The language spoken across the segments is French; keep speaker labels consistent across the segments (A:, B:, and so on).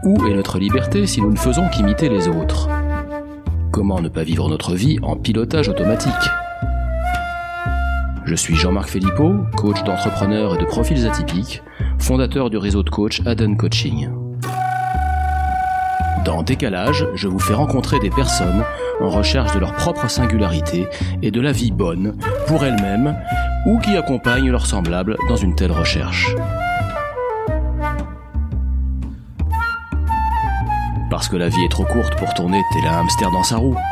A: Où est notre liberté si nous ne faisons qu'imiter les autres ? Comment ne pas vivre notre vie en pilotage automatique ? Je suis Jean-Marc Phelippot, coach d'entrepreneurs et de profils atypiques, fondateur du réseau de coach Aden Coaching. Dans Décalage, je vous fais rencontrer des personnes en recherche de leur propre singularité et de la vie bonne pour elles-mêmes ou qui accompagnent leurs semblables dans une telle recherche. Parce que la vie est trop courte pour tourner tel un hamster dans sa roue.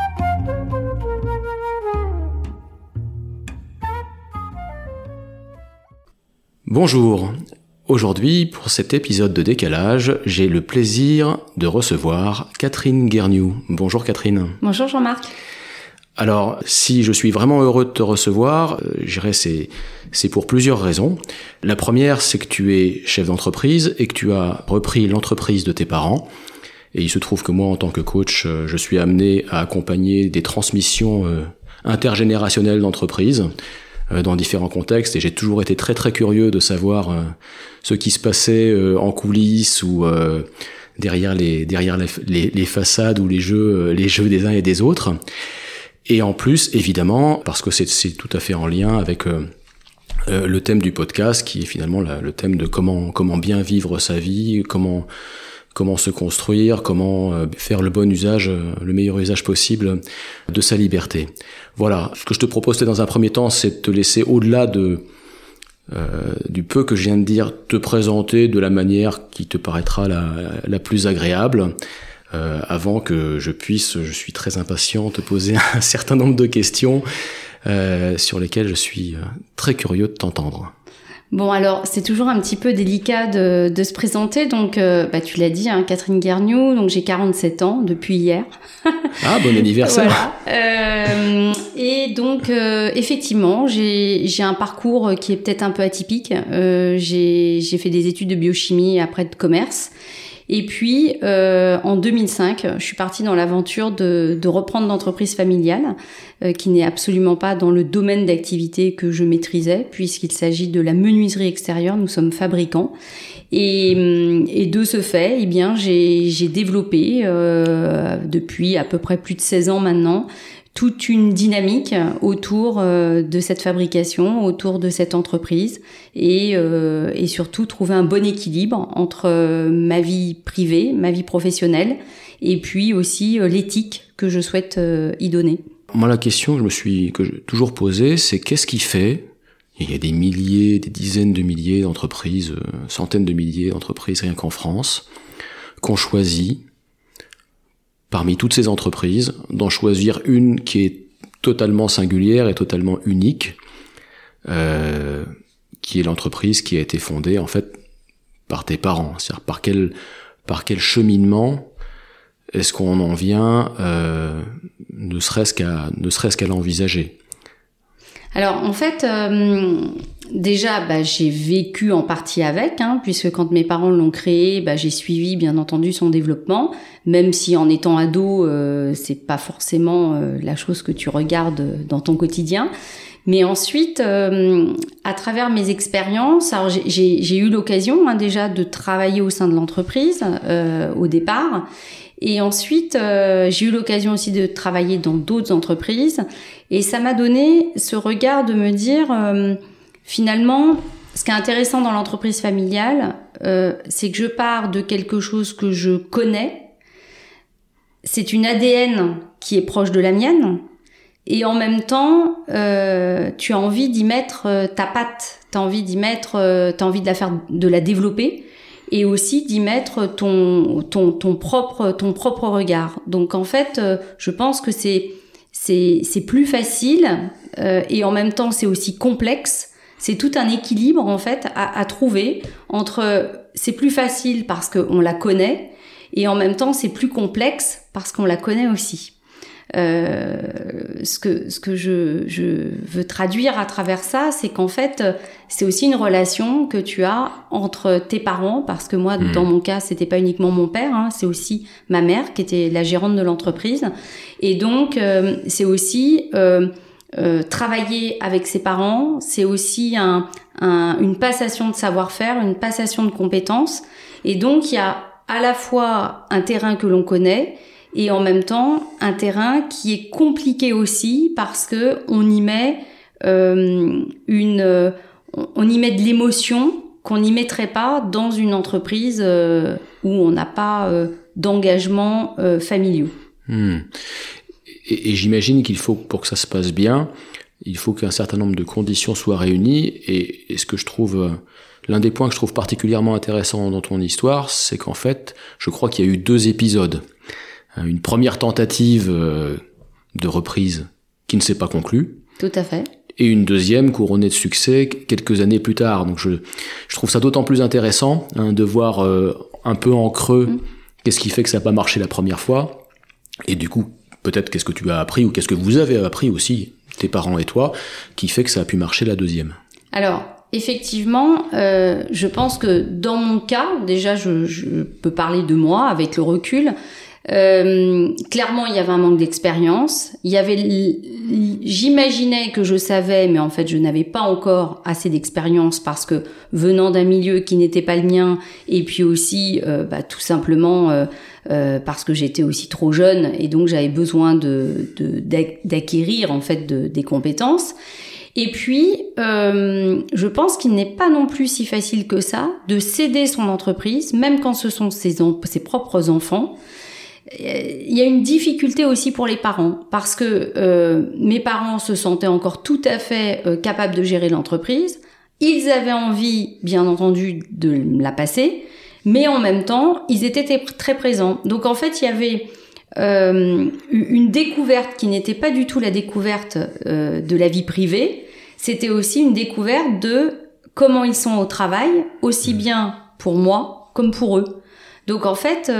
A: Bonjour. Aujourd'hui, pour cet épisode de Décalage, j'ai le plaisir de recevoir Catherine Guergnoux. Bonjour Catherine.
B: Bonjour Jean-Marc.
A: Alors, si je suis vraiment heureux de te recevoir, je dirais c'est pour plusieurs raisons. La première, c'est que tu es chef d'entreprise et que tu as repris l'entreprise de tes parents. Et il se trouve que moi, en tant que coach, je suis amené à accompagner des transmissions intergénérationnelles d'entreprises dans différents contextes. Et j'ai toujours été très très curieux de savoir ce qui se passait en coulisses ou derrière les façades ou les jeux des uns et des autres. Et en plus, évidemment, parce que c'est tout à fait en lien avec le thème du podcast, qui est finalement le thème de comment bien vivre sa vie, comment se construire, comment faire le bon usage, le meilleur usage possible de sa liberté. Voilà, ce que je te propose dans un premier temps, c'est de te laisser au-delà du peu que je viens de dire, te présenter de la manière qui te paraîtra la plus agréable, avant que je suis très impatient, te poser un certain nombre de questions sur lesquelles je suis très curieux de t'entendre.
B: Bon, alors, c'est toujours un petit peu délicat de se présenter. Donc, tu l'as dit, hein, Catherine Guergnoux, donc j'ai 47 ans depuis hier.
A: Ah, bon anniversaire.
B: Voilà. Et donc, effectivement, j'ai un parcours qui est peut-être un peu atypique. J'ai fait des études de biochimie et après de commerce. Et puis, en 2005, je suis partie dans l'aventure de reprendre l'entreprise familiale, qui n'est absolument pas dans le domaine d'activité que je maîtrisais, puisqu'il s'agit de la menuiserie extérieure. Nous sommes fabricants. Et de ce fait, eh bien, j'ai développé, depuis à peu près plus de 16 ans maintenant, toute une dynamique autour de cette fabrication, autour de cette entreprise et surtout trouver un bon équilibre entre ma vie privée, ma vie professionnelle et puis aussi l'éthique que je souhaite y donner.
A: Moi, la question que j'ai toujours posée, c'est qu'est-ce qui fait, il y a des milliers, des dizaines de milliers d'entreprises, centaines de milliers d'entreprises rien qu'en France, qu'on choisit parmi toutes ces entreprises, d'en choisir une qui est totalement singulière et totalement unique, qui est l'entreprise qui a été fondée en fait par tes parents. C'est-à-dire par quel cheminement est-ce qu'on en vient, ne serait-ce qu'à l'envisager.
B: Alors en fait, déjà, j'ai vécu en partie avec, puisque quand mes parents l'ont créé, j'ai suivi bien entendu son développement, même si en étant ado, c'est pas forcément la chose que tu regardes dans ton quotidien. Mais ensuite, à travers mes expériences, alors j'ai eu l'occasion déjà de travailler au sein de l'entreprise au départ. Et ensuite, j'ai eu l'occasion aussi de travailler dans d'autres entreprises. Et ça m'a donné ce regard de me dire, finalement, ce qui est intéressant dans l'entreprise familiale, c'est que je pars de quelque chose que je connais. C'est une ADN qui est proche de la mienne. Et en même temps, tu as envie d'y mettre ta patte. T'as envie de la développer. Et aussi d'y mettre ton propre regard. Donc en fait, je pense que c'est plus facile et en même temps c'est aussi complexe. C'est tout un équilibre en fait à trouver entre c'est plus facile parce qu'on la connaît et en même temps c'est plus complexe parce qu'on la connaît aussi. Ce que je veux traduire à travers ça, c'est qu'en fait, c'est aussi une relation que tu as entre tes parents, parce que moi, dans mon cas, c'était pas uniquement mon père, c'est aussi ma mère qui était la gérante de l'entreprise, et donc c'est aussi travailler avec ses parents, c'est aussi une passation de savoir-faire, une passation de compétences, et donc il y a à la fois un terrain que l'on connaît et en même temps un terrain qui est compliqué aussi parce que on y met on y met de l'émotion qu'on n'y mettrait pas dans une entreprise où on n'a pas d'engagement familiaux.
A: Et j'imagine qu'il faut, pour que ça se passe bien, il faut qu'un certain nombre de conditions soient réunies. Et ce que je trouve, l'un des points que je trouve particulièrement intéressant dans ton histoire, c'est qu'en fait, je crois qu'il y a eu 2 épisodes. Une première tentative de reprise qui ne s'est pas conclue.
B: Tout à fait.
A: Et une deuxième couronnée de succès quelques années plus tard. Donc je trouve ça d'autant plus intéressant de voir un peu en creux qu'est-ce qui fait que ça n'a pas marché la première fois. Et du coup, peut-être qu'est-ce que tu as appris ou qu'est-ce que vous avez appris aussi, tes parents et toi, qui fait que ça a pu marcher la deuxième.
B: Alors, effectivement, je pense que dans mon cas, déjà je peux parler de moi avec le recul. Clairement, il y avait un manque d'expérience. J'imaginais que je savais, mais en fait, je n'avais pas encore assez d'expérience parce que venant d'un milieu qui n'était pas le mien, et puis aussi, tout simplement parce que j'étais aussi trop jeune, et donc j'avais besoin d'acquérir en fait des compétences. Et puis, je pense qu'il n'est pas non plus si facile que ça de céder son entreprise, même quand ce sont ses propres enfants. Il y a une difficulté aussi pour les parents parce que mes parents se sentaient encore tout à fait capables de gérer l'entreprise. Ils avaient envie, bien entendu, de la passer, mais en même temps, ils étaient très présents. Donc en fait, il y avait une découverte qui n'était pas du tout la découverte de la vie privée. C'était aussi une découverte de comment ils sont au travail, aussi bien pour moi comme pour eux. Donc en fait,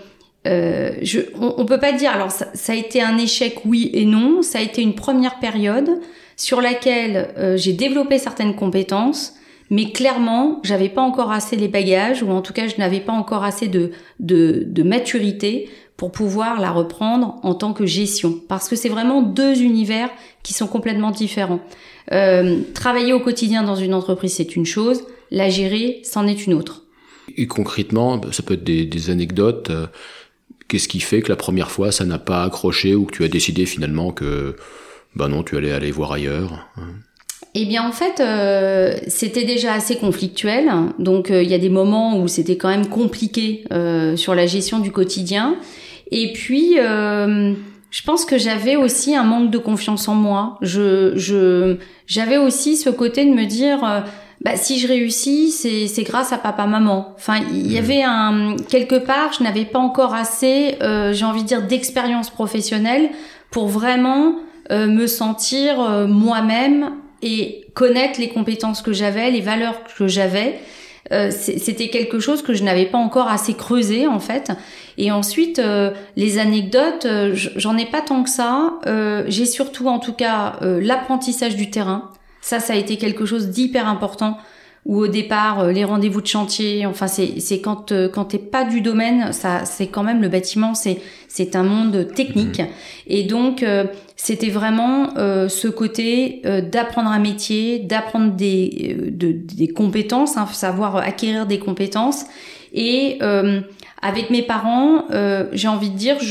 B: on peut pas dire. Alors ça a été un échec, oui et non. Ça a été une première période sur laquelle j'ai développé certaines compétences, mais clairement, j'avais pas encore assez les bagages, ou en tout cas, je n'avais pas encore assez de maturité pour pouvoir la reprendre en tant que gestion, parce que c'est vraiment 2 univers qui sont complètement différents. Travailler au quotidien dans une entreprise, c'est une chose. La gérer, c'en est une autre.
A: Et concrètement, ça peut être des anecdotes. Qu'est-ce qui fait que la première fois, ça n'a pas accroché ou que tu as décidé finalement que, non, tu allais aller voir ailleurs?
B: Eh bien, en fait, c'était déjà assez conflictuel. Donc, il y a des moments où c'était quand même compliqué sur la gestion du quotidien. Et puis, je pense que j'avais aussi un manque de confiance en moi. J'avais aussi ce côté de me dire... si je réussis, c'est grâce à papa-maman. Enfin, il y avait quelque part, je n'avais pas encore assez, j'ai envie de dire, d'expérience professionnelle pour vraiment me sentir moi-même et connaître les compétences que j'avais, les valeurs que j'avais. C'était quelque chose que je n'avais pas encore assez creusé, en fait. Et ensuite, les anecdotes, j'en ai pas tant que ça. J'ai surtout, en tout cas, l'apprentissage du terrain. Ça a été quelque chose d'hyper important, où au départ, les rendez-vous de chantier, enfin, c'est quand t'es pas du domaine, ça, c'est quand même le bâtiment, c'est un monde technique. Et donc, c'était vraiment ce côté d'apprendre un métier, d'apprendre des compétences, savoir acquérir des compétences. Et avec mes parents, j'ai envie de dire,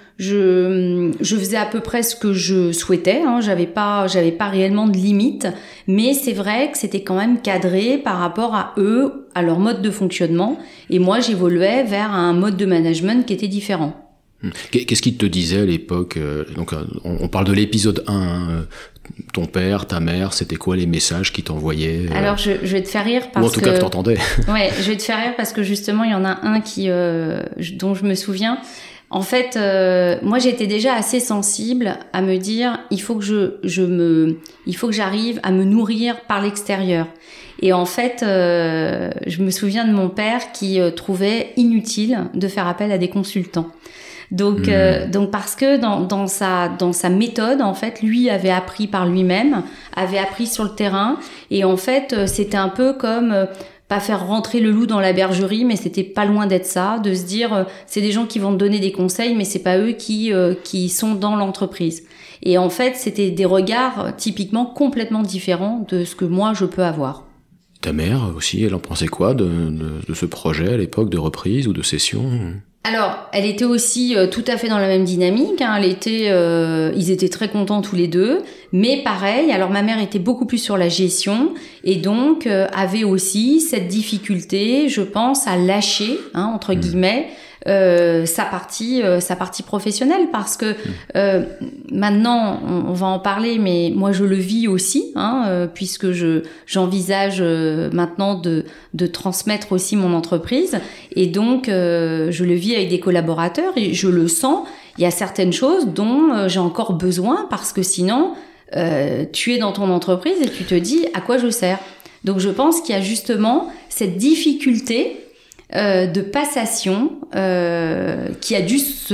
B: je faisais à peu près ce que je souhaitais, j'avais pas réellement de limite, mais c'est vrai que c'était quand même cadré par rapport à eux, à leur mode de fonctionnement, et moi j'évoluais vers un mode de management qui était différent.
A: Qu'est-ce qu'ils te disaient à l'époque? Donc on parle de l'épisode 1, ton père, ta mère, c'était quoi les messages qu'ils t'envoyaient?
B: Alors je vais te faire rire parce que...
A: Ou en tout cas que t'entendais. Ouais,
B: je vais te faire rire parce que justement il y en a un dont je me souviens. En fait, moi j'étais déjà assez sensible à me dire il faut que j'arrive à me nourrir par l'extérieur. Et en fait, je me souviens de mon père qui trouvait inutile de faire appel à des consultants. Donc parce que dans sa méthode, en fait, lui avait appris par lui-même, avait appris sur le terrain, et en fait, c'était un peu comme pas faire rentrer le loup dans la bergerie, mais c'était pas loin d'être ça, de se dire c'est des gens qui vont te donner des conseils, mais c'est pas eux qui sont dans l'entreprise. Et en fait, c'était des regards typiquement complètement différents de ce que moi je peux avoir.
A: Ta mère aussi, elle en pensait quoi de ce projet à l'époque de reprise ou de cession?
B: Alors, elle était aussi tout à fait dans la même dynamique. Hein. Ils étaient très contents tous les deux. Mais pareil, alors ma mère était beaucoup plus sur la gestion et donc avait aussi cette difficulté, je pense, à lâcher, entre guillemets, sa partie professionnelle, parce que maintenant on va en parler, mais moi je le vis aussi, puisque j'envisage maintenant de transmettre aussi mon entreprise, et donc je le vis avec des collaborateurs et je le sens. Il y a certaines choses dont j'ai encore besoin, parce que sinon tu es dans ton entreprise et tu te dis à quoi je sers. Donc je pense qu'il y a justement cette difficulté de passation qui a dû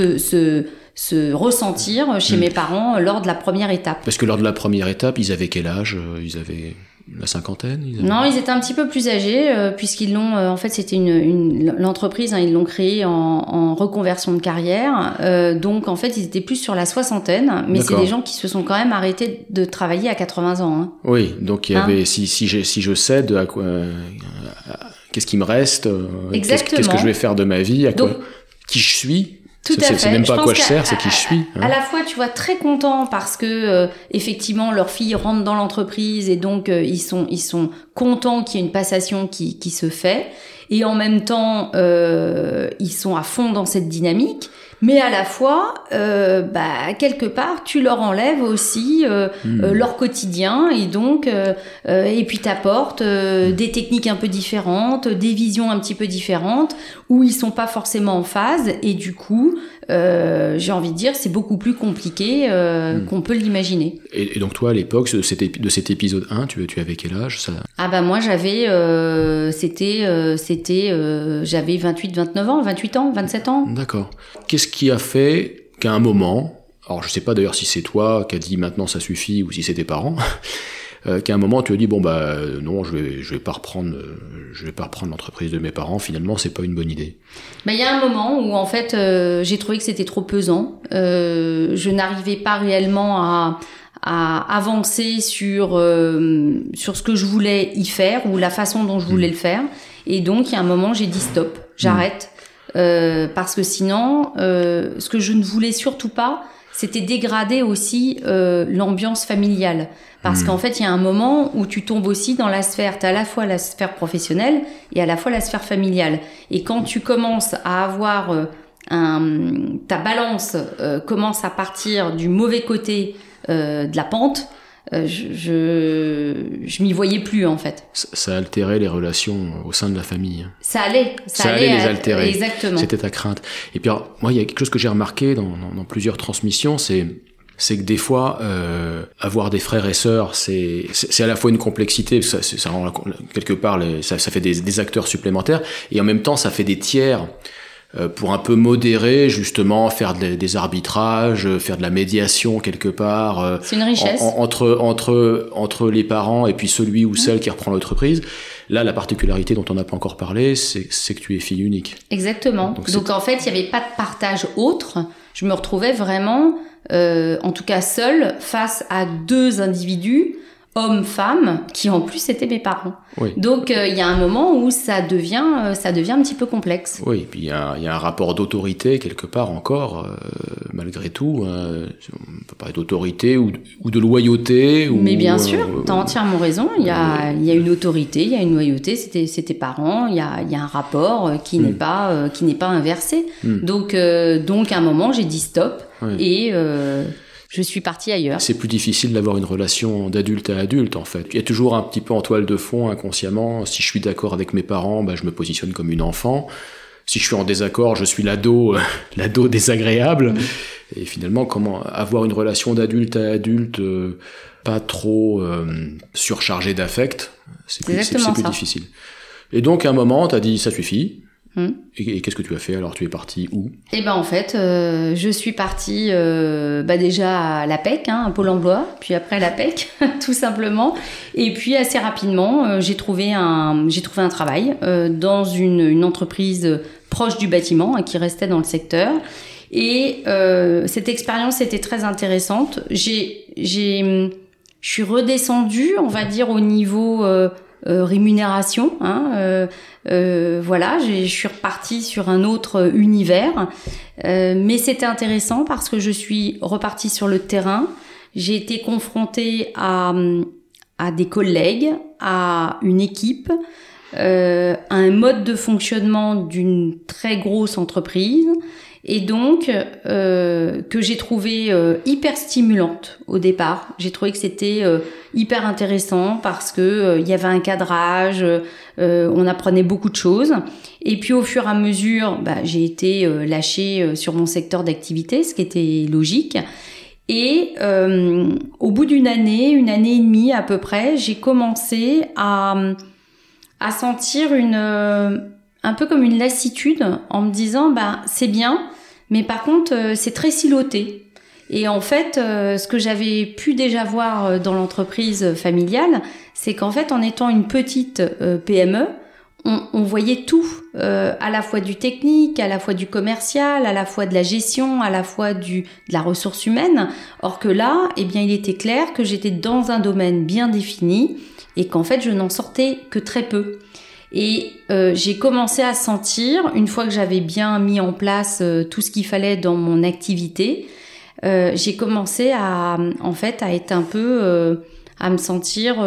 B: se ressentir chez mes parents lors de la première étape.
A: Parce que lors de la première étape, ils avaient quel âge? Ils avaient la cinquantaine?
B: Non, ils étaient un petit peu plus âgés, puisqu'ils l'ont... en fait, c'était l'entreprise, ils l'ont créée en reconversion de carrière. Donc, en fait, ils étaient plus sur la soixantaine. Mais c'est des gens qui se sont quand même arrêtés de travailler à 80 ans. Hein.
A: Oui, donc il y avait... Si je cède, à quoi... Qu'est-ce qui me reste? Qu'est-ce que je vais faire de ma vie? Qui je suis?
B: Tout à fait.
A: C'est même pas à quoi je sers, c'est qui je suis.
B: À la fois, tu vois, très contents parce que effectivement leur fille rentre dans l'entreprise et donc ils sont contents qu'il y ait une passation qui se fait, et en même temps ils sont à fond dans cette dynamique. Mais à la fois, quelque part, tu leur enlèves aussi leur quotidien, et donc et puis t'apportes des techniques un peu différentes, des visions un petit peu différentes, où ils sont pas forcément en phase, et du coup, j'ai envie de dire, c'est beaucoup plus compliqué qu'on peut l'imaginer.
A: Et donc toi, à l'époque de cet épisode 1, tu avais quel âge, ça?
B: Ah bah moi j'avais j'avais 28 ans, 27 ans.
A: D'accord. Qu'est-ce qui a fait qu'à un moment, alors je sais pas d'ailleurs si c'est toi qui as dit maintenant ça suffit ou si c'est tes parents, qu'à un moment tu as dit non, je vais pas reprendre l'entreprise de mes parents, finalement c'est pas une bonne idée.
B: Il y a un moment où en fait j'ai trouvé que c'était trop pesant, je n'arrivais pas réellement à avancer sur ce que je voulais y faire ou la façon dont je voulais le faire, et donc il y a un moment j'ai dit stop, j'arrête. Parce que sinon, ce que je ne voulais surtout pas, c'était dégrader aussi l'ambiance familiale. Parce qu'en fait, il y a un moment où tu tombes aussi dans la sphère, tu as à la fois la sphère professionnelle et à la fois la sphère familiale. Et quand tu commences à avoir ta balance commence à partir du mauvais côté de la pente, je m'y voyais plus en fait.
A: Ça altérait les relations au sein de la famille.
B: Ça allait
A: les altérer.
B: Exactement.
A: C'était ta crainte. Et puis alors, moi, il y a quelque chose que j'ai remarqué dans plusieurs transmissions, c'est que des fois, avoir des frères et sœurs, c'est à la fois une complexité, ça rend quelque part, ça fait des acteurs supplémentaires, et en même temps, ça fait des tiers. Pour un peu modérer, justement, faire des arbitrages, faire de la médiation quelque part.
B: C'est une richesse.
A: Entre les parents et puis celui ou celle qui reprend l'entreprise. Là, la particularité dont on n'a pas encore parlé, c'est que tu es fille unique.
B: Exactement. Donc en fait, il n'y avait pas de partage autre. Je me retrouvais vraiment, en tout cas seule, face à deux individus, hommes-femmes, qui en plus étaient mes parents.
A: Oui.
B: Donc il y a un moment où ça devient un petit peu complexe.
A: Oui, et puis il y a un rapport d'autorité quelque part encore, malgré tout. On peut parler d'autorité ou de loyauté.
B: Mais bien sûr, t'as entièrement raison. Il y a une autorité, il y a une loyauté. C'est tes parents. Il y a un rapport qui n'est pas inversé. Donc à un moment j'ai dit stop, et je suis partie ailleurs.
A: C'est plus difficile d'avoir une relation d'adulte à adulte, en fait. Il y a toujours un petit peu en toile de fond, inconsciemment. Si je suis d'accord avec mes parents, je me positionne comme une enfant. Si je suis en désaccord, je suis l'ado désagréable. Et finalement, comment avoir une relation d'adulte à adulte pas trop surchargée d'affect, c'est plus difficile. Et donc, à un moment, t'as dit, ça suffit. Et qu'est-ce que tu as fait alors? Tu es partie où?
B: Eh ben en fait, je suis partie déjà à l'APEC, à Pôle Emploi, puis après à l'APEC, tout simplement. Et puis assez rapidement, j'ai trouvé un travail dans une entreprise proche du bâtiment qui restait dans le secteur. Et cette expérience était très intéressante. Je suis redescendue, on va dire, au niveau rémunération. Voilà, je suis repartie sur un autre univers. Mais c'était intéressant parce que je suis repartie sur le terrain. J'ai été confrontée à des collègues, à une équipe, à un mode de fonctionnement d'une très grosse entreprise, et donc que j'ai trouvé hyper stimulante au départ. J'ai trouvé que c'était hyper intéressant parce que il y avait un cadrage, on apprenait beaucoup de choses. Et puis au fur et à mesure, j'ai été lâchée sur mon secteur d'activité, ce qui était logique. Et au bout d'une année et demie à peu près, j'ai commencé à sentir un peu comme une lassitude en me disant c'est bien, mais par contre c'est très siloté. Et en fait, ce que j'avais pu déjà voir dans l'entreprise familiale, c'est qu'en fait, en étant une petite PME, on voyait tout, à la fois du technique, à la fois du commercial, à la fois de la gestion, à la fois de la ressource humaine. Or que là, il était clair que j'étais dans un domaine bien défini et qu'en fait, je n'en sortais que très peu. Et j'ai commencé à sentir, une fois que j'avais bien mis en place tout ce qu'il fallait dans mon activité, j'ai commencé à être un peu, à me sentir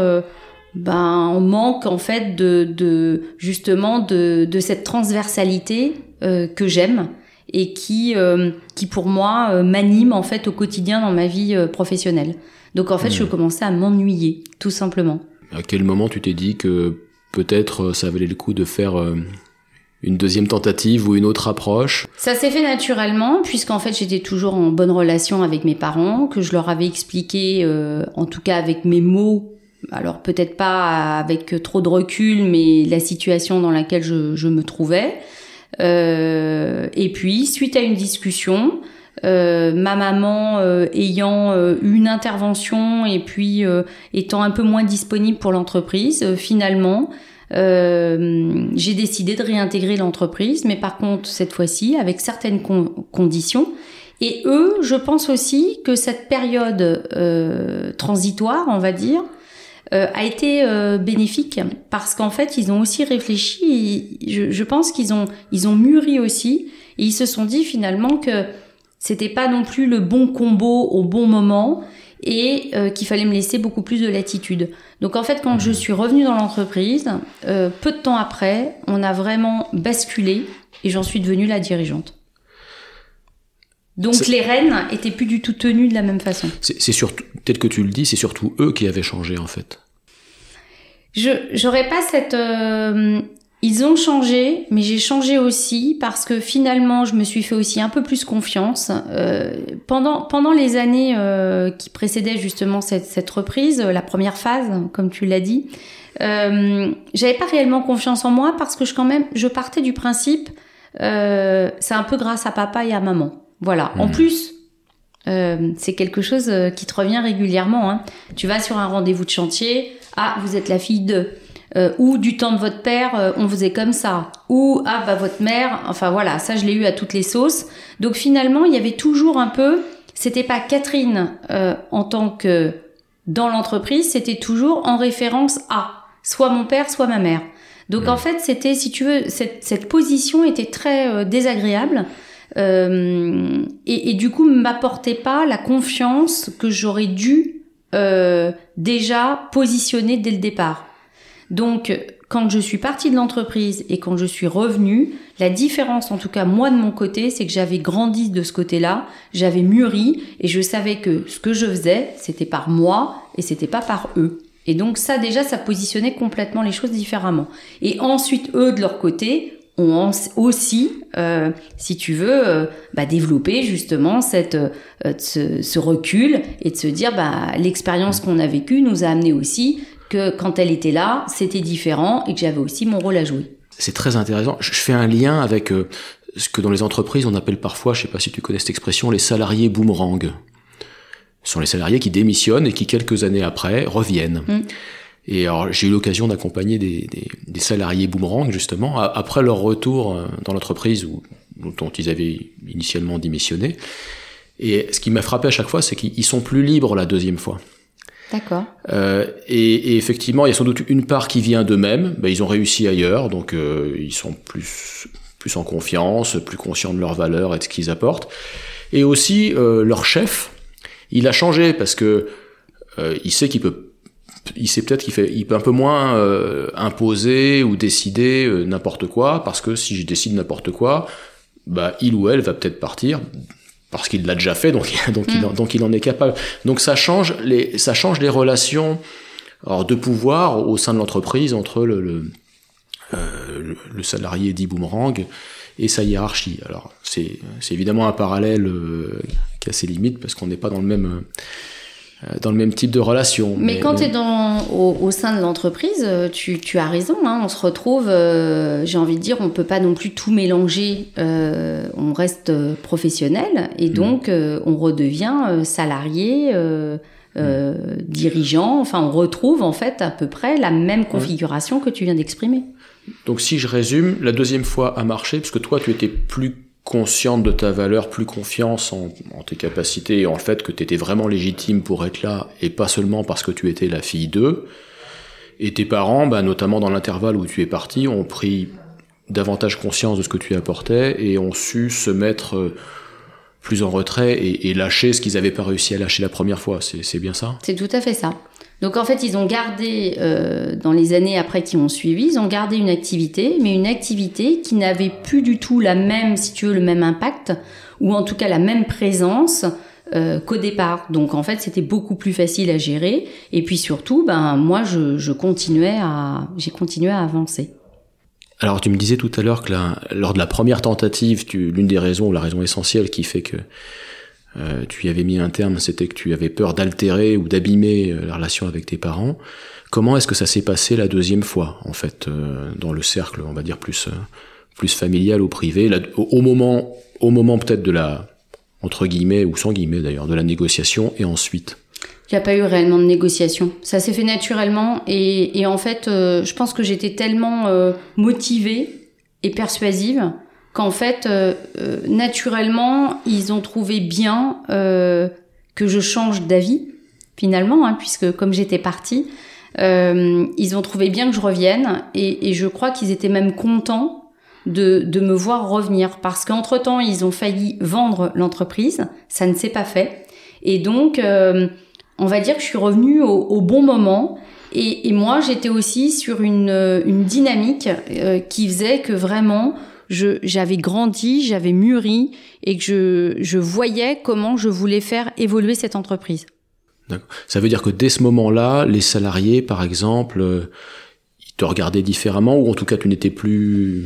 B: en manque en fait justement de cette transversalité que j'aime et qui pour moi m'anime en fait au quotidien dans ma vie professionnelle. Donc en fait, je commençais à m'ennuyer tout simplement.
A: À quel moment tu t'es dit que peut-être ça valait le coup de faire une deuxième tentative ou une autre approche?
B: Ça s'est fait naturellement, puisqu'en fait j'étais toujours en bonne relation avec mes parents, que je leur avais expliqué, en tout cas avec mes mots, alors peut-être pas avec trop de recul, mais la situation dans laquelle je me trouvais. Et puis, suite à une discussion, ma maman ayant eu une intervention et puis étant un peu moins disponible pour l'entreprise, finalement, j'ai décidé de réintégrer l'entreprise, mais par contre, cette fois-ci, avec certaines conditions. Et eux, je pense aussi que cette période transitoire, on va dire, a été bénéfique parce qu'en fait ils ont aussi réfléchi et je pense qu'ils ont mûri aussi et ils se sont dit finalement que c'était pas non plus le bon combo au bon moment et qu'il fallait me laisser beaucoup plus de latitude. Donc en fait quand je suis revenue dans l'entreprise, peu de temps après, on a vraiment basculé et j'en suis devenue la dirigeante. Donc les rênes étaient plus du tout tenues de la même façon.
A: C'est surtout, tel que tu le dis, c'est surtout eux qui avaient changé en fait.
B: J'aurais pas cette... Ils ont changé, mais j'ai changé aussi parce que finalement, je me suis fait aussi un peu plus confiance. Pendant les années qui précédaient justement cette reprise, la première phase, comme tu l'as dit, j'avais pas réellement confiance en moi parce que je partais du principe, c'est un peu grâce à papa et à maman. Voilà. En plus, c'est quelque chose qui te revient régulièrement. Hein. Tu vas sur un rendez-vous de chantier, vous êtes la fille de... ou du temps de votre père, on faisait comme ça. Ou, votre mère... Enfin voilà, ça je l'ai eu à toutes les sauces. Donc finalement, il y avait toujours un peu... C'était pas Catherine en tant que... Dans l'entreprise, c'était toujours en référence à soit mon père, soit ma mère. Donc en fait, c'était, si tu veux, cette position était très désagréable. Et du coup m'apportait pas la confiance que j'aurais dû déjà positionner dès le départ. Donc quand je suis partie de l'entreprise et quand je suis revenue, la différence, en tout cas moi de mon côté, c'est que j'avais grandi de ce côté-là, j'avais mûri et je savais que ce que je faisais, c'était par moi et c'était pas par eux. Et donc ça déjà, ça positionnait complètement les choses différemment. Et ensuite eux de leur côté ont aussi, si tu veux, développer justement ce recul et de se dire l'expérience qu'on a vécue nous a amené aussi que quand elle était là, c'était différent et que j'avais aussi mon rôle à jouer.
A: C'est très intéressant. Je fais un lien avec ce que dans les entreprises on appelle parfois, je sais pas si tu connais cette expression, les salariés boomerang. Ce sont les salariés qui démissionnent et qui quelques années après reviennent. Et alors, j'ai eu l'occasion d'accompagner des salariés boomerang, justement, après leur retour dans l'entreprise dont ils avaient initialement démissionné. Et ce qui m'a frappé à chaque fois, c'est qu'ils sont plus libres la deuxième fois.
B: D'accord.
A: Et effectivement, il y a sans doute une part qui vient d'eux-mêmes. Ils ont réussi ailleurs, donc ils sont plus en confiance, plus conscients de leurs valeurs et de ce qu'ils apportent. Et aussi, leur chef, il a changé parce que il sait qu'il peut un peu moins imposer ou décider n'importe quoi, parce que si je décide n'importe quoi, il ou elle va peut-être partir. Parce qu'il l'a déjà fait, donc il en est capable. Donc ça change les relations de pouvoir au sein de l'entreprise entre le salarié dit boomerang et sa hiérarchie. Alors c'est évidemment un parallèle qui a ses limites parce qu'on n'est pas dans le même type de relation.
B: Mais quand tu es au sein de l'entreprise, tu as raison, hein, on se retrouve, j'ai envie de dire, on peut pas non plus tout mélanger, on reste professionnel et donc on redevient salarié, dirigeant, enfin on retrouve en fait à peu près la même configuration que tu viens d'exprimer.
A: Donc si je résume, la deuxième fois a marché parce que toi tu étais plus consciente de ta valeur, plus confiance en tes capacités et en le fait que tu étais vraiment légitime pour être là et pas seulement parce que tu étais la fille d'eux. Et tes parents, notamment dans l'intervalle où tu es parti, ont pris davantage conscience de ce que tu apportais et ont su se mettre plus en retrait et lâcher ce qu'ils n'avaient pas réussi à lâcher la première fois. C'est bien ça ?
B: C'est tout à fait ça. Donc en fait, ils ont gardé, dans les années après qui ont suivi, ils ont gardé une activité, mais une activité qui n'avait plus du tout le même impact, ou en tout cas la même présence qu'au départ. Donc en fait, c'était beaucoup plus facile à gérer. Et puis surtout, moi, j'ai continué à avancer.
A: Alors tu me disais tout à l'heure que lors de la première tentative, l'une des raisons, ou la raison essentielle qui fait que tu y avais mis un terme, c'était que tu avais peur d'altérer ou d'abîmer la relation avec tes parents. Comment est-ce que ça s'est passé la deuxième fois, en fait, dans le cercle, on va dire, plus familial ou privé, au moment peut-être de la, entre guillemets, ou sans guillemets d'ailleurs, de la négociation, et ensuite ?
B: Il n'y a pas eu réellement de négociation. Ça s'est fait naturellement, et en fait, je pense que j'étais tellement motivée et persuasive qu'en fait, naturellement, ils ont trouvé bien que je change d'avis, finalement, hein, puisque comme j'étais partie, ils ont trouvé bien que je revienne, et je crois qu'ils étaient même contents de me voir revenir, parce qu'entre-temps, ils ont failli vendre l'entreprise, ça ne s'est pas fait, et donc, on va dire que je suis revenue au bon moment, et moi, j'étais aussi sur une dynamique qui faisait que vraiment... j'avais grandi, j'avais mûri et que je voyais comment je voulais faire évoluer cette entreprise.
A: D'accord. Ça veut dire que dès ce moment-là, les salariés, par exemple, ils te regardaient différemment ou en tout cas tu n'étais plus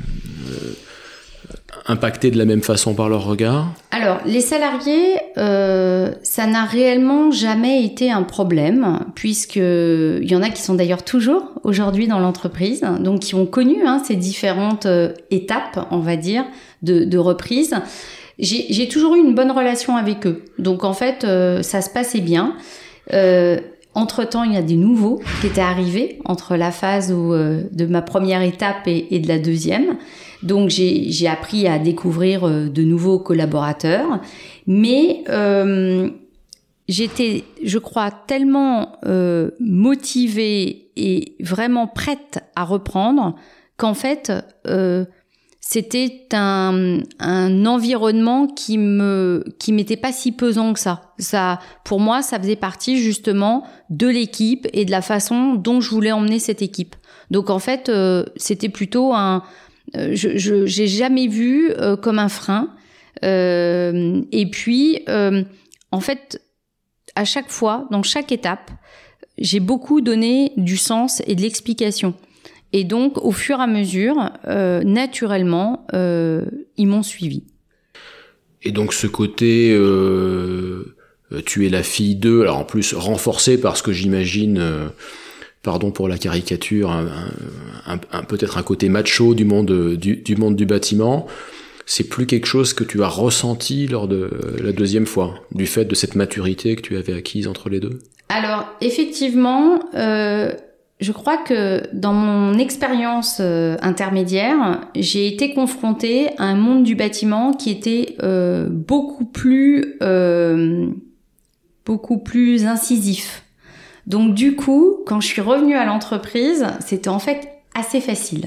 A: impacté de la même façon par leur regard ?
B: Alors, les salariés, ça n'a réellement jamais été un problème, puisqu'il y en a qui sont d'ailleurs toujours aujourd'hui dans l'entreprise, donc qui ont connu ces différentes étapes, on va dire, de reprise. J'ai toujours eu une bonne relation avec eux, donc en fait, ça se passait bien. Entre-temps, il y a des nouveaux qui étaient arrivés entre la phase de ma première étape et de la deuxième. Donc, j'ai appris à découvrir de nouveaux collaborateurs. Mais j'étais, je crois, tellement motivée et vraiment prête à reprendre qu'en fait, c'était un environnement qui m'était pas si pesant que ça. Ça, pour moi, ça faisait partie justement de l'équipe et de la façon dont je voulais emmener cette équipe. Donc en fait, c'était plutôt j'ai jamais vu comme un frein. Et puis, en fait, à chaque fois, dans chaque étape, j'ai beaucoup donné du sens et de l'explication. Et donc, au fur et à mesure, naturellement, ils m'ont suivi.
A: Et donc, ce côté, tu es la fille d'eux, alors en plus renforcé par ce que j'imagine, pardon pour la caricature, peut-être un côté macho du monde du bâtiment. C'est plus quelque chose que tu as ressenti lors de la deuxième fois, du fait de cette maturité que tu avais acquise entre les deux ?
B: Alors, effectivement, je crois que dans mon expérience intermédiaire, j'ai été confrontée à un monde du bâtiment qui était beaucoup plus incisif. Donc du coup, quand je suis revenue à l'entreprise, c'était en fait assez facile.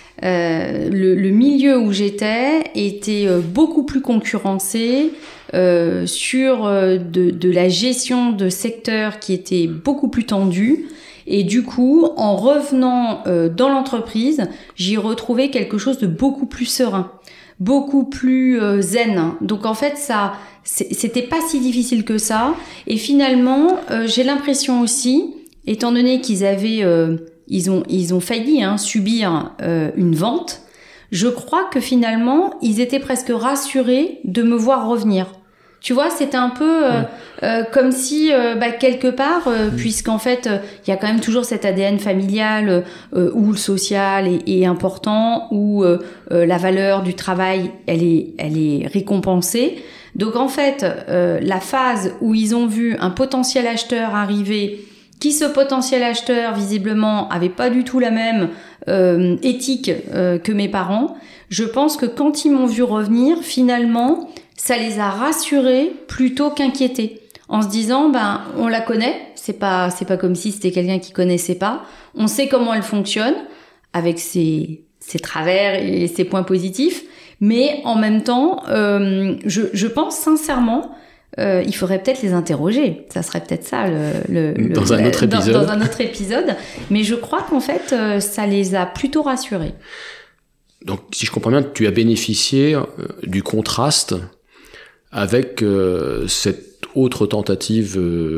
B: Le milieu où j'étais était beaucoup plus concurrencé, sur de la gestion de secteurs qui était beaucoup plus tendue. Et du coup, en revenant dans l'entreprise, j'y retrouvais quelque chose de beaucoup plus serein, beaucoup plus zen. Donc en fait, c'était pas si difficile que ça. Et finalement, j'ai l'impression aussi, étant donné qu'ils avaient ils ont failli subir une vente. Je crois que finalement, ils étaient presque rassurés de me voir revenir. Tu vois, c'était un peu comme si, quelque part, puisqu'en fait, il y a quand même toujours cet ADN familial où le social est important, où la valeur du travail, elle est récompensée. Donc en fait, la phase où ils ont vu un potentiel acheteur arriver, qui ce potentiel acheteur visiblement avait pas du tout la même éthique que mes parents, je pense que quand ils m'ont vu revenir, finalement, ça les a rassurés plutôt qu'inquiétés, en se disant on la connaît, c'est pas comme si c'était quelqu'un qui connaissait pas, on sait comment elle fonctionne avec ses travers et ses points positifs, mais en même temps, je pense sincèrement, il faudrait peut-être les interroger. Ça serait peut-être ça
A: dans un autre épisode.
B: Dans un autre épisode. Mais je crois qu'en fait, ça les a plutôt rassurés.
A: Donc, si je comprends bien, tu as bénéficié du contraste avec cette autre tentative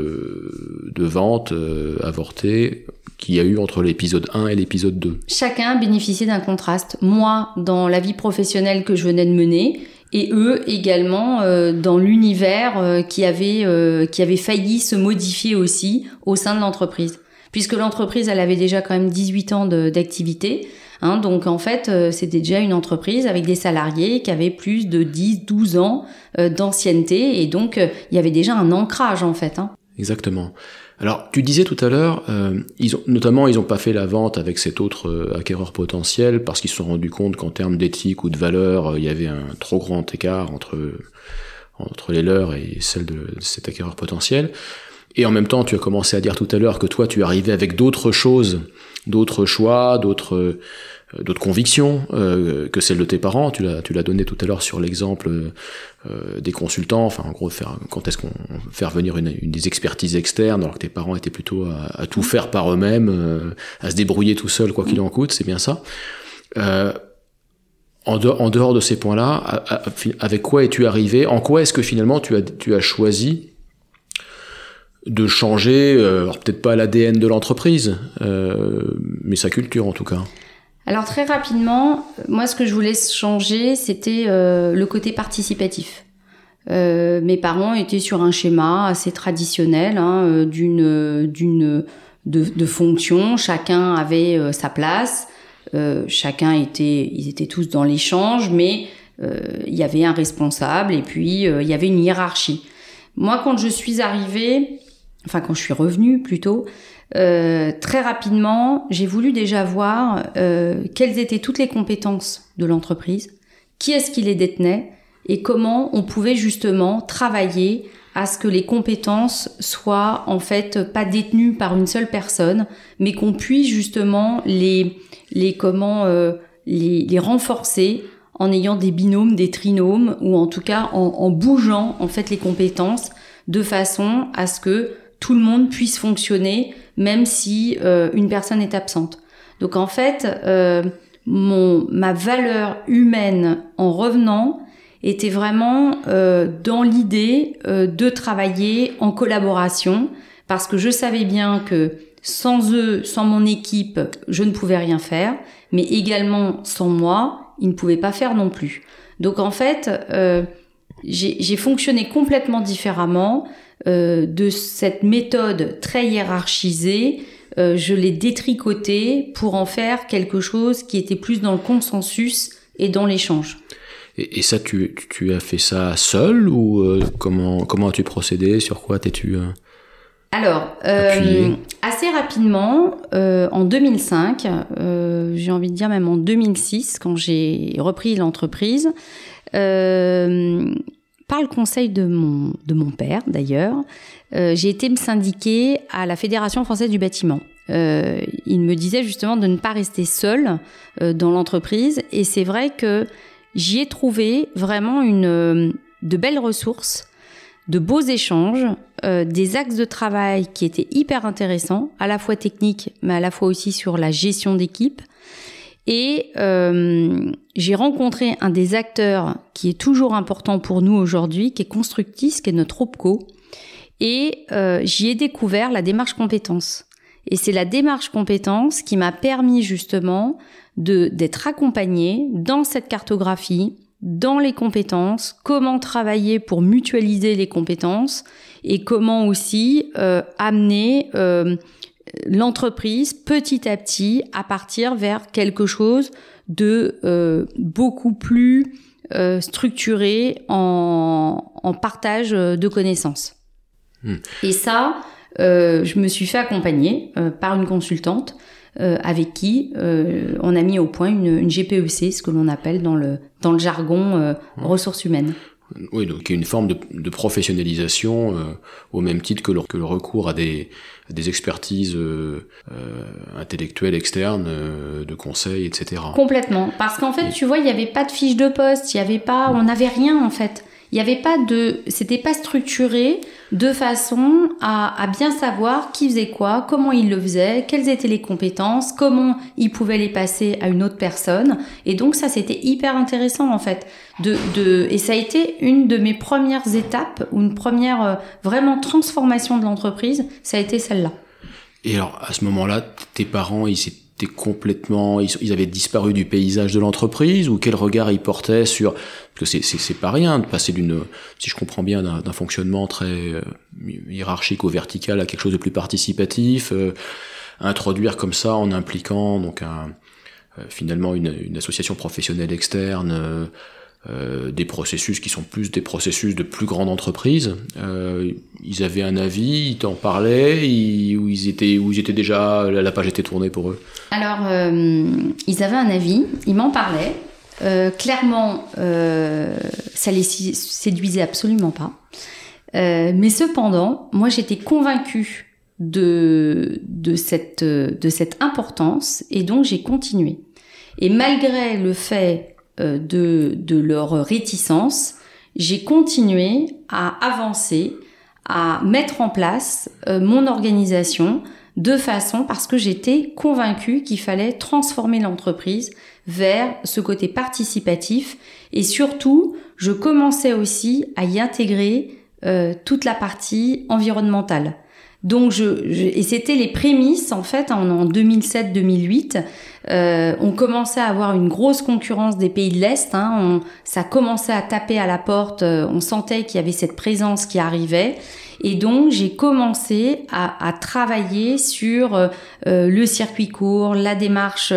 A: de vente avortée qu'il y a eu entre l'épisode 1 et l'épisode 2.
B: Chacun bénéficiait d'un contraste. Moi, dans la vie professionnelle que je venais de mener, et eux également dans l'univers qui avait failli se modifier aussi au sein de l'entreprise. Puisque l'entreprise, elle avait déjà quand même 18 ans d'activité. Donc en fait, c'était déjà une entreprise avec des salariés qui avaient plus de 10, 12 ans d'ancienneté. Et donc, il y avait déjà un ancrage en fait.
A: Exactement. Alors, tu disais tout à l'heure, ils ont pas fait la vente avec cet autre acquéreur potentiel parce qu'ils se sont rendus compte qu'en termes d'éthique ou de valeur, il y avait un trop grand écart entre les leurs et celles de cet acquéreur potentiel. Et en même temps, tu as commencé à dire tout à l'heure que toi, tu arrivais avec d'autres choses, d'autres choix, d'autres convictions que celles de tes parents. Tu l'as donné tout à l'heure sur l'exemple des consultants. Enfin, en gros, quand est-ce qu'on faire venir des expertises externes alors que tes parents étaient plutôt à tout faire par eux-mêmes, à se débrouiller tout seuls quoi qu'il en coûte. C'est bien ça. En dehors de ces points-là, avec quoi es-tu arrivé? En quoi est-ce que finalement tu as choisi de changer, alors peut-être pas l'ADN de l'entreprise, mais sa culture en tout cas?
B: Alors très rapidement, moi ce que je voulais changer, c'était le côté participatif. Mes parents étaient sur un schéma assez traditionnel de fonction. Chacun avait sa place. Ils étaient tous dans l'échange, mais il y avait un responsable et puis il y avait une hiérarchie. Moi, quand je suis revenue plutôt, très rapidement, j'ai voulu déjà voir quelles étaient toutes les compétences de l'entreprise, qui est-ce qui les détenait et comment on pouvait justement travailler à ce que les compétences soient en fait pas détenues par une seule personne, mais qu'on puisse justement les renforcer en ayant des binômes, des trinômes, ou en tout cas en bougeant en fait les compétences de façon à ce que tout le monde puisse fonctionner, même si une personne est absente. Donc en fait, ma valeur humaine en revenant était vraiment dans l'idée de travailler en collaboration, parce que je savais bien que sans eux, sans mon équipe, je ne pouvais rien faire, mais également sans moi, ils ne pouvaient pas faire non plus. Donc en fait, j'ai fonctionné complètement différemment de cette méthode très hiérarchisée. Je l'ai détricotée pour en faire quelque chose qui était plus dans le consensus et dans l'échange.
A: Et ça, tu as fait ça seul ou comment as-tu procédé? Sur quoi t'es-tu
B: Alors, assez rapidement, en 2005, j'ai envie de dire même en 2006, quand j'ai repris l'entreprise, par le conseil de mon père d'ailleurs, j'ai été me syndiquer à la Fédération française du bâtiment. Il me disait justement de ne pas rester seule dans l'entreprise, et c'est vrai que j'y ai trouvé vraiment de belles ressources, de beaux échanges, des axes de travail qui étaient hyper intéressants, à la fois techniques, mais à la fois aussi sur la gestion d'équipe. Et j'ai rencontré un des acteurs qui est toujours important pour nous aujourd'hui, qui est Constructis, qui est notre OPCO. Et j'y ai découvert la démarche compétences. Et c'est la démarche compétences qui m'a permis justement d'être accompagnée dans cette cartographie, dans les compétences, comment travailler pour mutualiser les compétences et comment aussi amener l'entreprise petit à petit à partir vers quelque chose de beaucoup plus structuré en partage de connaissances. Et ça, je me suis fait accompagner par une consultante avec qui on a mis au point une GPEC, ce que l'on appelle dans le jargon ressources humaines.
A: Oui, donc il y a une forme de professionnalisation au même titre que le recours à des expertises intellectuelles externes, de conseils, etc.
B: Complètement, parce qu'en fait, tu vois, il n'y avait pas de fiche de poste, on n'avait rien en fait. Il n'y avait pas c'était pas structuré de façon à bien savoir qui faisait quoi, comment il le faisait, quelles étaient les compétences, comment il pouvait les passer à une autre personne. Et donc ça, c'était hyper intéressant en fait. Et ça a été une de mes premières étapes, ou une première vraiment transformation de l'entreprise, ça a été celle-là.
A: Et alors, à ce moment-là, tes parents, ils avaient disparu du paysage de l'entreprise, ou quel regard ils portaient sur, parce que c'est pas rien de passer si je comprends bien, d'un fonctionnement très hiérarchique ou vertical à quelque chose de plus participatif, introduire comme ça en impliquant donc finalement une association professionnelle externe, des processus qui sont plus des processus de plus grande entreprise. Ils avaient un avis, ils t'en parlaient, ou ils étaient déjà, la page était tournée pour eux?
B: Alors, ils avaient un avis, ils m'en parlaient. Clairement, ça les séduisait absolument pas. Mais cependant, moi j'étais convaincue de cette importance, et donc j'ai continué. Et malgré le fait de leur réticence, j'ai continué à avancer, à mettre en place mon organisation de façon, parce que j'étais convaincue qu'il fallait transformer l'entreprise vers ce côté participatif, et surtout, je commençais aussi à y intégrer toute la partie environnementale. Donc et c'était les prémices en fait en 2007-2008. On commençait à avoir une grosse concurrence des pays de l'Est. Ça commençait à taper à la porte. On sentait qu'il y avait cette présence qui arrivait. Et donc, j'ai commencé à travailler sur le circuit court, la démarche,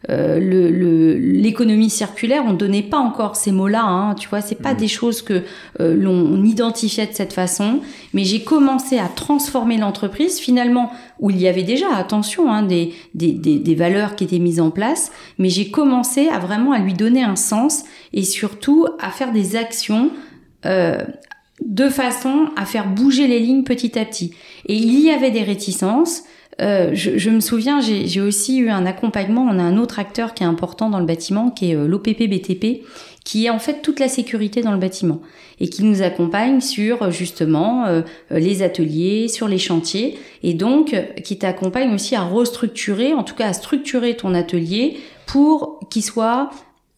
B: l'économie circulaire. On donnait pas encore ces mots-là, tu vois, c'est pas des choses que l'on identifiait de cette façon. Mais j'ai commencé à transformer l'entreprise, finalement, où il y avait déjà, attention, des valeurs qui étaient mises en place. Mais j'ai commencé à vraiment à lui donner un sens, et surtout à faire des actions de façon à faire bouger les lignes petit à petit. Et il y avait des réticences. Je me souviens, j'ai aussi eu un accompagnement. On a un autre acteur qui est important dans le bâtiment, qui est l'OPP-BTP, qui est en fait toute la sécurité dans le bâtiment, et qui nous accompagne sur justement les ateliers, sur les chantiers, et donc qui t'accompagne aussi à restructurer, en tout cas à structurer ton atelier pour qu'il soit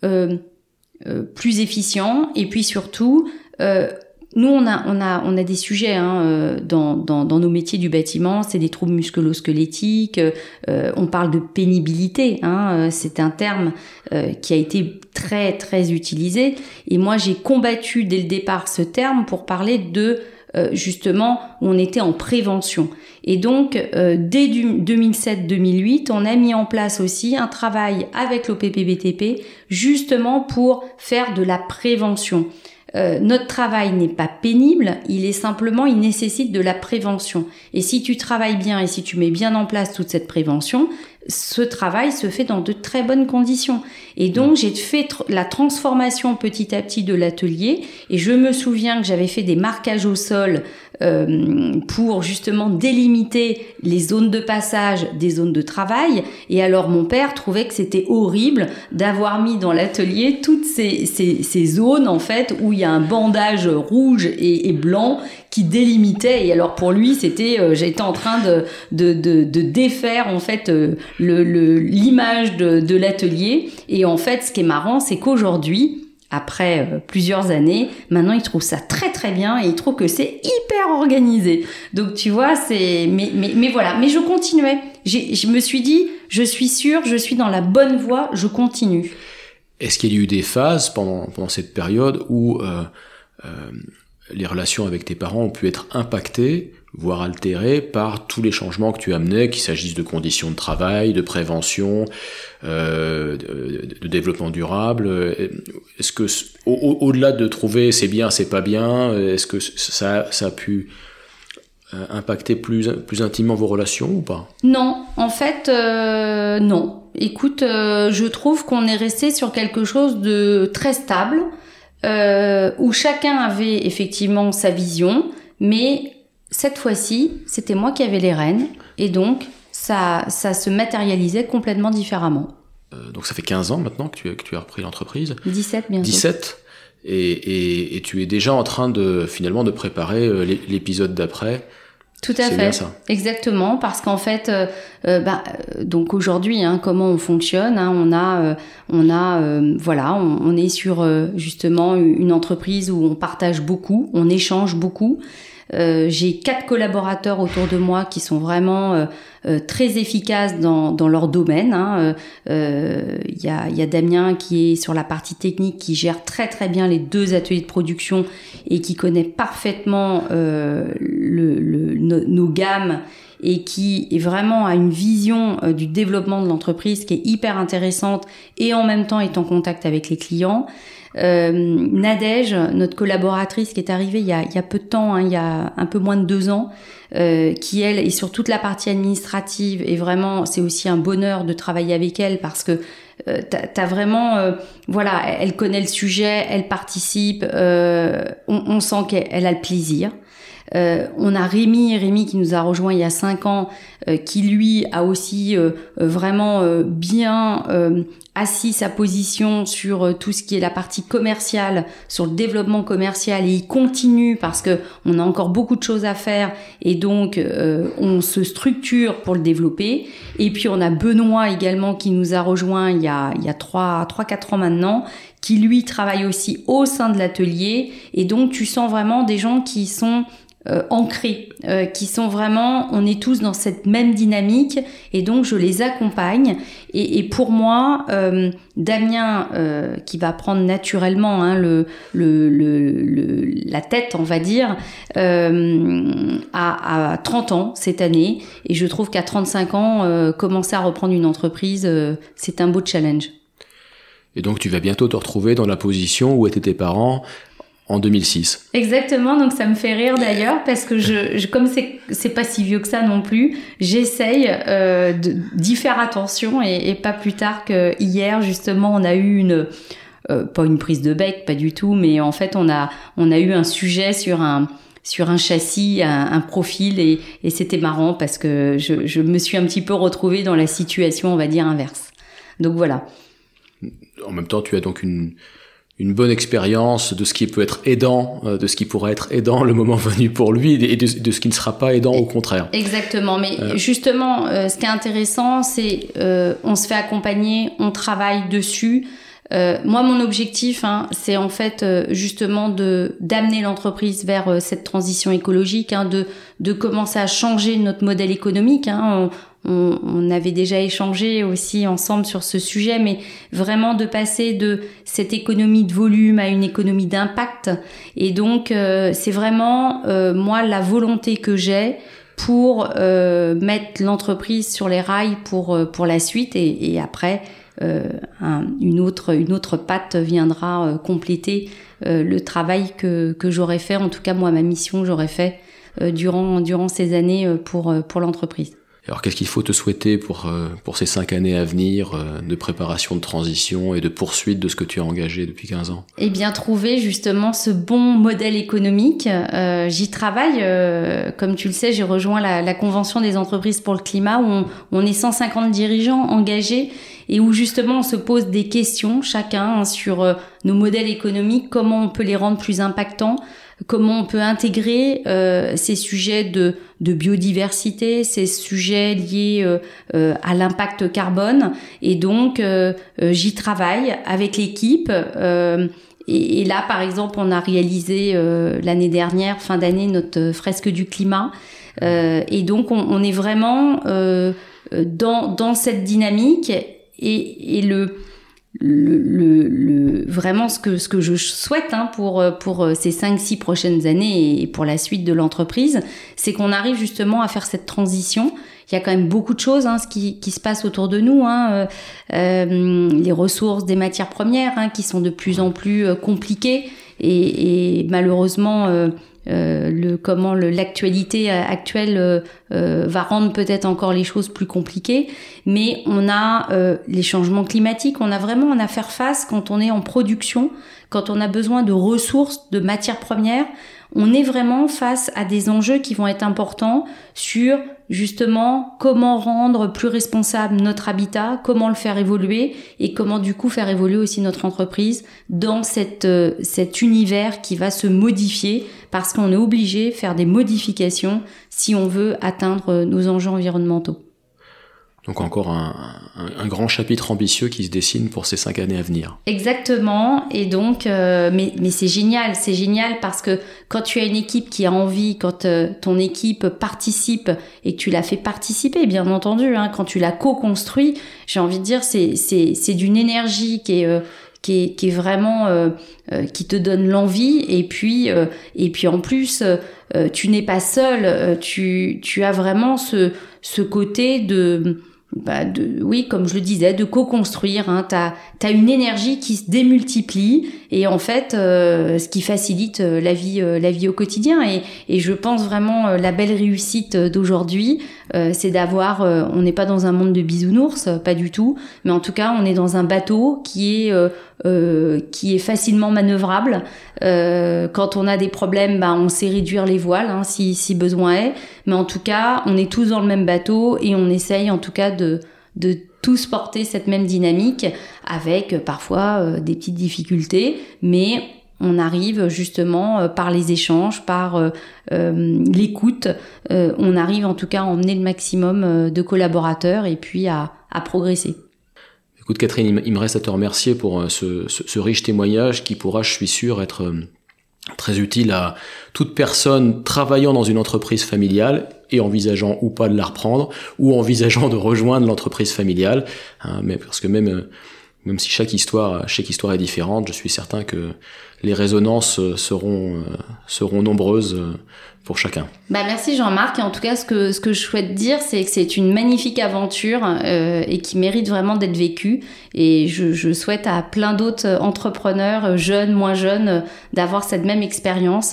B: plus efficient. Et puis surtout, nous, on a des sujets dans nos métiers du bâtiment, c'est des troubles musculo-squelettiques, on parle de pénibilité, c'est un terme qui a été très très utilisé, et moi j'ai combattu dès le départ ce terme pour parler de justement où on était en prévention. Et donc dès 2007-2008, on a mis en place aussi un travail avec l'OPP-BTP justement pour faire de la prévention. Notre travail n'est pas pénible, il nécessite de la prévention. Et si tu travailles bien et si tu mets bien en place toute cette prévention, ce travail se fait dans de très bonnes conditions. Et donc, j'ai fait la transformation petit à petit de l'atelier. Et je me souviens que j'avais fait des marquages au sol pour justement délimiter les zones de passage des zones de travail. Et alors, mon père trouvait que c'était horrible d'avoir mis dans l'atelier toutes ces zones, en fait, où il y a un bandage rouge et blanc qui délimitait. Et alors, pour lui, j'étais en train de défaire, en fait, l'image de l'atelier. Et en fait, ce qui est marrant, c'est qu'aujourd'hui, après plusieurs années, maintenant il trouve ça très très bien et il trouve que c'est hyper organisé. Donc tu vois, mais voilà. Mais je continuais. Je me suis dit, je suis sûre, je suis dans la bonne voie, je continue.
A: Est-ce qu'il y a eu des phases pendant cette période où les relations avec tes parents ont pu être impactées, voire altérées par tous les changements que tu amenais, qu'il s'agisse de conditions de travail, de prévention, de développement durable? Est-ce que, au-delà de trouver c'est bien, c'est pas bien, est-ce que ça a pu impacter plus intimement vos relations ou pas?
B: Non, en fait, non. Écoute, je trouve qu'on est resté sur quelque chose de très stable, où chacun avait effectivement sa vision, mais cette fois-ci, c'était moi qui avais les rênes, et donc ça se matérialisait complètement différemment.
A: Donc ça fait 15 ans maintenant que tu as repris l'entreprise.
B: 17 bientôt.
A: 17, et tu es déjà en train de préparer l'épisode d'après.
B: Tout à fait.
A: C'est bien ça.
B: Exactement, parce qu'en fait, donc aujourd'hui, comment on fonctionne, on est sur justement une entreprise où on partage beaucoup, on échange beaucoup. J'ai 4 collaborateurs autour de moi qui sont vraiment très efficaces dans leur domaine. Il y a Damien qui est sur la partie technique, qui gère très très bien les 2 ateliers de production et qui connaît parfaitement nos gammes et qui est vraiment a une vision du développement de l'entreprise qui est hyper intéressante et en même temps est en contact avec les clients. Nadège, notre collaboratrice qui est arrivée il y a peu de temps, il y a un peu moins de 2 ans, qui elle est sur toute la partie administrative et vraiment c'est aussi un bonheur de travailler avec elle parce que t'as vraiment elle connaît le sujet, elle participe, on sent qu'elle a le plaisir. On a Rémi qui nous a rejoint il y a 5 ans, qui lui a aussi vraiment bien assis sa position sur tout ce qui est la partie commerciale, sur le développement commercial, et il continue parce que on a encore beaucoup de choses à faire et donc on se structure pour le développer. Et puis on a Benoît également qui nous a rejoint il y a 3-4 ans maintenant, qui lui travaille aussi au sein de l'atelier, et donc tu sens vraiment des gens qui sont ancrés, qui sont vraiment, on est tous dans cette même dynamique et donc je les accompagne et pour moi Damien qui va prendre naturellement la tête on va dire à 30 ans cette année, et je trouve qu'à 35 ans commencer à reprendre une entreprise c'est un beau challenge.
A: Et donc tu vas bientôt te retrouver dans la position où étaient tes parents en 2006.
B: Exactement, donc ça me fait rire d'ailleurs parce que comme c'est pas si vieux que ça non plus, j'essaye d'y faire attention et pas plus tard que hier justement on a eu pas une prise de bec, pas du tout, mais en fait on a eu un sujet sur un châssis, un profil et c'était marrant parce que je me suis un petit peu retrouvée dans la situation on va dire inverse. Donc voilà.
A: En même temps tu as donc une bonne expérience de ce qui peut être aidant, de ce qui pourrait être aidant le moment venu pour lui et de ce qui ne sera pas aidant au contraire.
B: Exactement, mais justement, ce qui est intéressant, c'est on se fait accompagner, on travaille dessus. Moi, mon objectif, c'est en fait justement d'amener l'entreprise vers cette transition écologique, de commencer à changer notre modèle économique. On avait déjà échangé aussi ensemble sur ce sujet, mais vraiment de passer de cette économie de volume à une économie d'impact. Et donc, c'est vraiment, moi, la volonté que j'ai pour mettre l'entreprise sur les rails pour la suite. Et après, une autre patte viendra compléter le travail que j'aurais fait. En tout cas, moi, ma mission, j'aurais fait durant ces années pour l'entreprise.
A: Alors qu'est-ce qu'il faut te souhaiter pour ces 5 années à venir de préparation, de transition et de poursuite de ce que tu as engagé depuis 15 ans?
B: Eh bien, trouver justement ce bon modèle économique. J'y travaille. Comme tu le sais, j'ai rejoint la Convention des entreprises pour le climat où on est 150 dirigeants engagés et où justement on se pose des questions chacun sur nos modèles économiques, comment on peut les rendre plus impactants, comment on peut intégrer ces sujets de biodiversité, ces sujets liés à l'impact carbone. Et donc, j'y travaille avec l'équipe. Et là, par exemple, on a réalisé l'année dernière, fin d'année, notre fresque du climat. Et donc, on est vraiment dans cette dynamique et vraiment ce que je souhaite pour ces 5-6 prochaines années et pour la suite de l'entreprise, c'est qu'on arrive justement à faire cette transition. Il y a quand même beaucoup de choses qui se passent autour de nous, les ressources des matières premières qui sont de plus en plus compliquées et malheureusement l'actualité actuelle va rendre peut-être encore les choses plus compliquées, mais on a les changements climatiques, on a vraiment à faire face quand on est en production, quand on a besoin de ressources, de matières premières, on est vraiment face à des enjeux qui vont être importants sur justement comment rendre plus responsable notre habitat, comment le faire évoluer et comment du coup faire évoluer aussi notre entreprise dans cet univers qui va se modifier parce qu'on est obligé de faire des modifications si on veut atteindre nos enjeux environnementaux.
A: Donc encore un grand chapitre ambitieux qui se dessine pour ces 5 années à venir.
B: Exactement. Et donc, mais c'est génial parce que quand tu as une équipe qui a envie, quand ton équipe participe et que tu la fais participer, bien entendu, quand tu la co-construis, j'ai envie de dire, c'est d'une énergie qui est vraiment qui te donne l'envie et puis en plus tu n'es pas seul, tu as vraiment ce côté de oui, comme je le disais, de co-construire. T'as une énergie qui se démultiplie et en fait, ce qui facilite la vie au quotidien. Et je pense vraiment la belle réussite d'aujourd'hui, c'est d'avoir. On n'est pas dans un monde de bisounours, pas du tout. Mais en tout cas, on est dans un bateau qui est facilement manœuvrable. Quand on a des problèmes, on sait réduire les voiles si besoin est. Mais en tout cas, on est tous dans le même bateau et on essaye en tout cas de tous porter cette même dynamique avec parfois des petites difficultés, mais on arrive justement par les échanges, par l'écoute, on arrive en tout cas à emmener le maximum de collaborateurs et puis à progresser.
A: Écoute Catherine, il me reste à te remercier pour ce riche témoignage qui pourra, je suis sûr, être très utile à toute personne travaillant dans une entreprise familiale et envisageant ou pas de la reprendre ou envisageant de rejoindre l'entreprise familiale, mais parce que même si chaque histoire est différente, je suis certain que les résonances seront nombreuses pour chacun.
B: Merci Jean-Marc, et en tout cas ce que je souhaite dire, c'est que c'est une magnifique aventure et qui mérite vraiment d'être vécue, et je souhaite à plein d'autres entrepreneurs, jeunes, moins jeunes, d'avoir cette même expérience,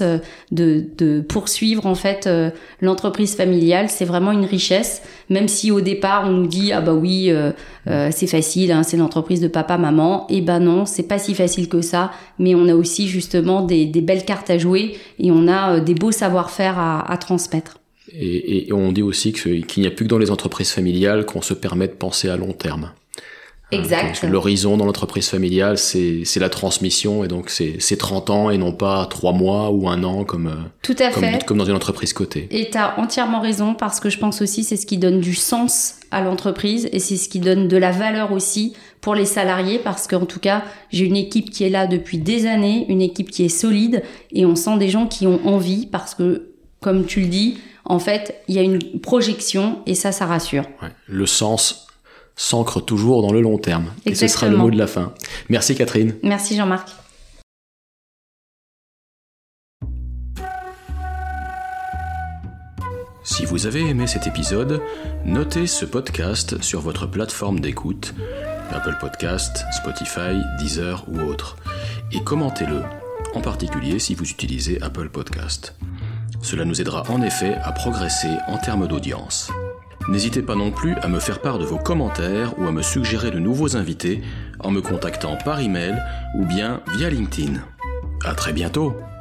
B: de poursuivre en fait l'entreprise familiale. C'est vraiment une richesse, même si au départ on nous dit oui, c'est facile, c'est l'entreprise de papa, maman. Et non, c'est pas si facile que ça, mais on a aussi justement des belles cartes à jouer et on a des beaux savoir-faire à transmettre.
A: Et on dit aussi qu'il n'y a plus que dans les entreprises familiales qu'on se permet de penser à long terme.
B: Exact.
A: L'horizon dans l'entreprise familiale, c'est la transmission, et donc c'est 30 ans et non pas 3 mois ou 1 an comme dans une entreprise cotée.
B: Et t'as entièrement raison, parce que je pense aussi c'est ce qui donne du sens à l'entreprise et c'est ce qui donne de la valeur aussi pour les salariés, parce qu'en tout cas, j'ai une équipe qui est là depuis des années, une équipe qui est solide, et on sent des gens qui ont envie, parce que, comme tu le dis, en fait, il y a une projection et ça rassure.
A: Ouais, le sens s'ancre toujours dans le long terme.
B: Exactement.
A: Et ce sera le mot de la fin. Merci Catherine.
B: Merci Jean-Marc.
A: Si vous avez aimé cet épisode, notez ce podcast sur votre plateforme d'écoute, Apple Podcast, Spotify, Deezer ou autre, et commentez-le, en particulier si vous utilisez Apple Podcast. Cela nous aidera en effet à progresser en termes d'audience. N'hésitez pas non plus à me faire part de vos commentaires ou à me suggérer de nouveaux invités en me contactant par email ou bien via LinkedIn. À très bientôt!